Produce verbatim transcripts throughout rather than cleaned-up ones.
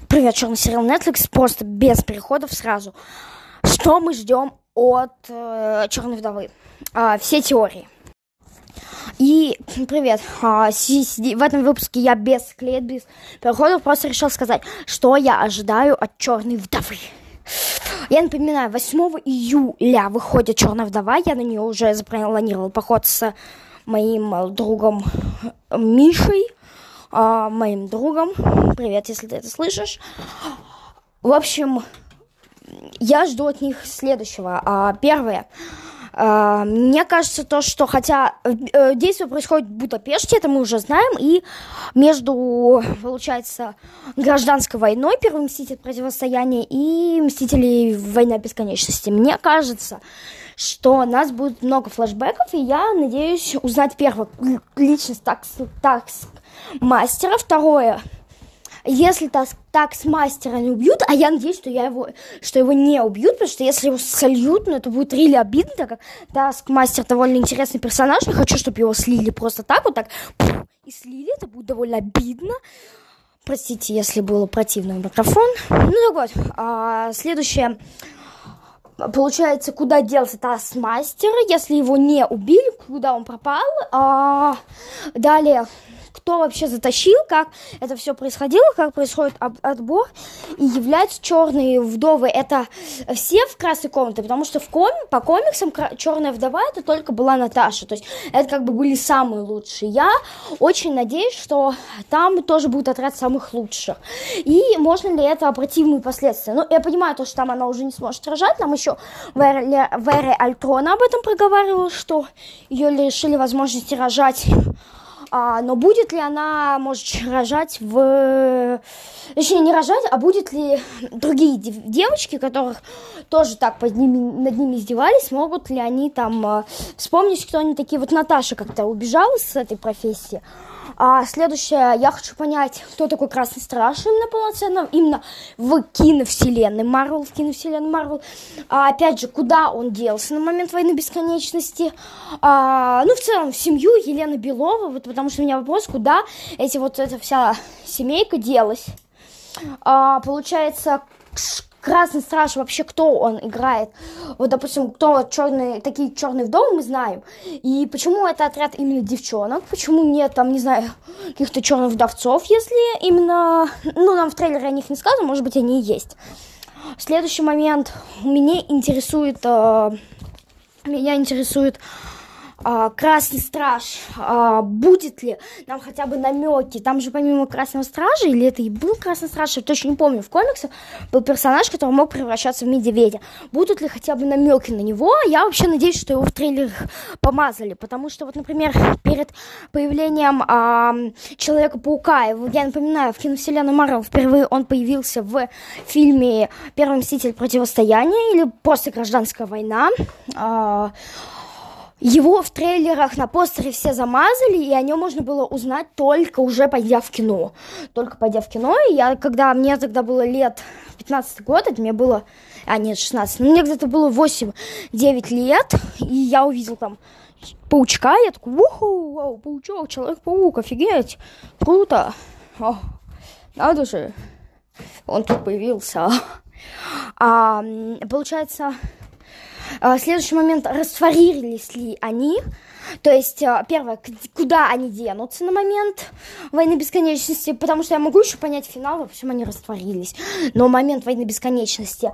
Привет, черный сериал Netflix, просто без переходов сразу. Что мы ждем от э, Черной вдовы? А, все теории. И привет, а, си, си, в этом выпуске я без клеит, без переходов просто решил сказать, что я ожидаю от Черной вдовы. Я напоминаю, восьмого июля выходит Черная вдова, я на нее уже запланировал поход с моим другом Мишей. Uh, моим другом. Привет, если ты это слышишь. В общем, я жду от них следующего. Uh, первое. Uh, мне кажется, то, что хотя uh, действие происходит в Будапеште, это мы уже знаем, и между, получается, гражданской войной, Первый Мститель противостояние и Мстители Война бесконечности. Мне кажется, что у нас будет много флешбеков, и я надеюсь узнать, первое, личность такс, такс мастера, второе, если так, такс мастера не убьют, а я надеюсь, что, я его, что его не убьют, потому что если его сольют, ну, это будет really обидно, так как такс мастер довольно интересный персонаж, не хочу, чтобы его слили просто так, вот так, и слили, это будет довольно обидно. Простите, если было противно в микрофон. Ну, так вот, а, следующее. Получается, куда делся такс-мастер, если его не убили, куда он пропал. А, далее, кто вообще затащил, как это все происходило, как происходит отбор. И являются черные вдовы. Это все в красной комнате, потому что в ком... по комиксам Черная вдова это только была Наташа. То есть это как бы были самые лучшие. Я очень надеюсь, что там тоже будет отряд самых лучших. И можно ли это оперативные последствия? Ну, я понимаю, то, что там она уже не сможет рожать. Нам еще в эре, в эре Альтрона об этом проговаривала, что ее лишили возможности рожать. А, но будет ли она, может, рожать в... Точнее, не рожать, а будет ли другие дев... девочки, которых тоже так под ними, над ними издевались, смогут ли они там э, вспомнить, кто они такие. Вот Наташа как-то убежала с этой профессии. А следующее, я хочу понять, кто такой Красный Страж именно полноценно, именно в киновселенной Марвел, в киновселенной Марвел. А, опять же, куда он делся на момент Войны бесконечности. А, ну, в целом, в семью Елены Беловой, вот, потому что у меня вопрос, куда эти вот эта вся семейка делась. А, получается, Красный Страж, вообще кто он играет? Вот, допустим, кто черные, такие черные вдовы, мы знаем. И почему это отряд именно девчонок? Почему нет, там, не знаю, каких-то черных вдовцов, если именно... Ну, нам в трейлере о них не сказано, может быть, они и есть. Следующий момент. Меня интересует... Э, меня интересует... Красный Страж, а, будет ли нам хотя бы намеки, там же помимо Красного Стража, или это и был Красный Страж, я точно не помню, в комиксах был персонаж, который мог превращаться в медведя, будут ли хотя бы намеки на него. Я вообще надеюсь, что его в трейлерах помазали, потому что вот, например, перед появлением а, Человека-паука, я напоминаю, в киновселенной Марвел впервые он появился в фильме «Первый Мститель противостояние» или «После Гражданская война». а, Его в трейлерах на постере все замазали, и о нем можно было узнать только уже пойдя в кино. Только пойдя в кино. И я, когда мне тогда было лет пятнадцатый год, это мне было... А, нет, шестнадцать. Мне где-то было восемь-девять лет, и я увидел там паучка, я такой, уху, вау, паучок, Человек-паук, офигеть, круто. О, надо же, он тут появился. А, получается... Следующий момент, растворились ли они, то есть, первое, куда они денутся на момент Войны бесконечности, потому что я могу еще понять финал, почему они растворились, но момент Войны бесконечности,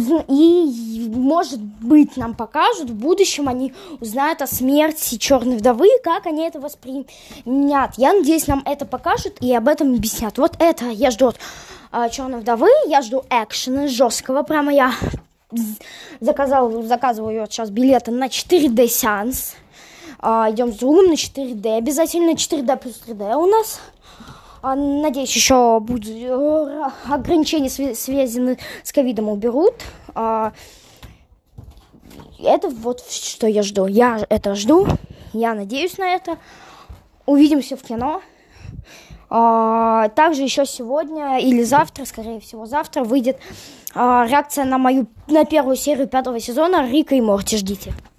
и, может быть, нам покажут, в будущем они узнают о смерти Черной вдовы, как они это воспримут. Я надеюсь, нам это покажут и об этом объяснят. Вот это я жду от Черной вдовы, я жду экшена жесткого, прямо я... Заказал, заказываю вот сейчас билеты на четыре дэ сеанс. А, идем с другом на четыре дэ. Обязательно четыре дэ плюс три дэ у нас. А, надеюсь, еще будет ограничения, связанные с ковидом, уберут. А, это вот что я жду. Я это жду. Я надеюсь на это. Увидимся в кино. А, также еще сегодня или завтра, скорее всего завтра, выйдет а, реакция на мою на первую серию пятого сезона Рика и Морти. Ждите.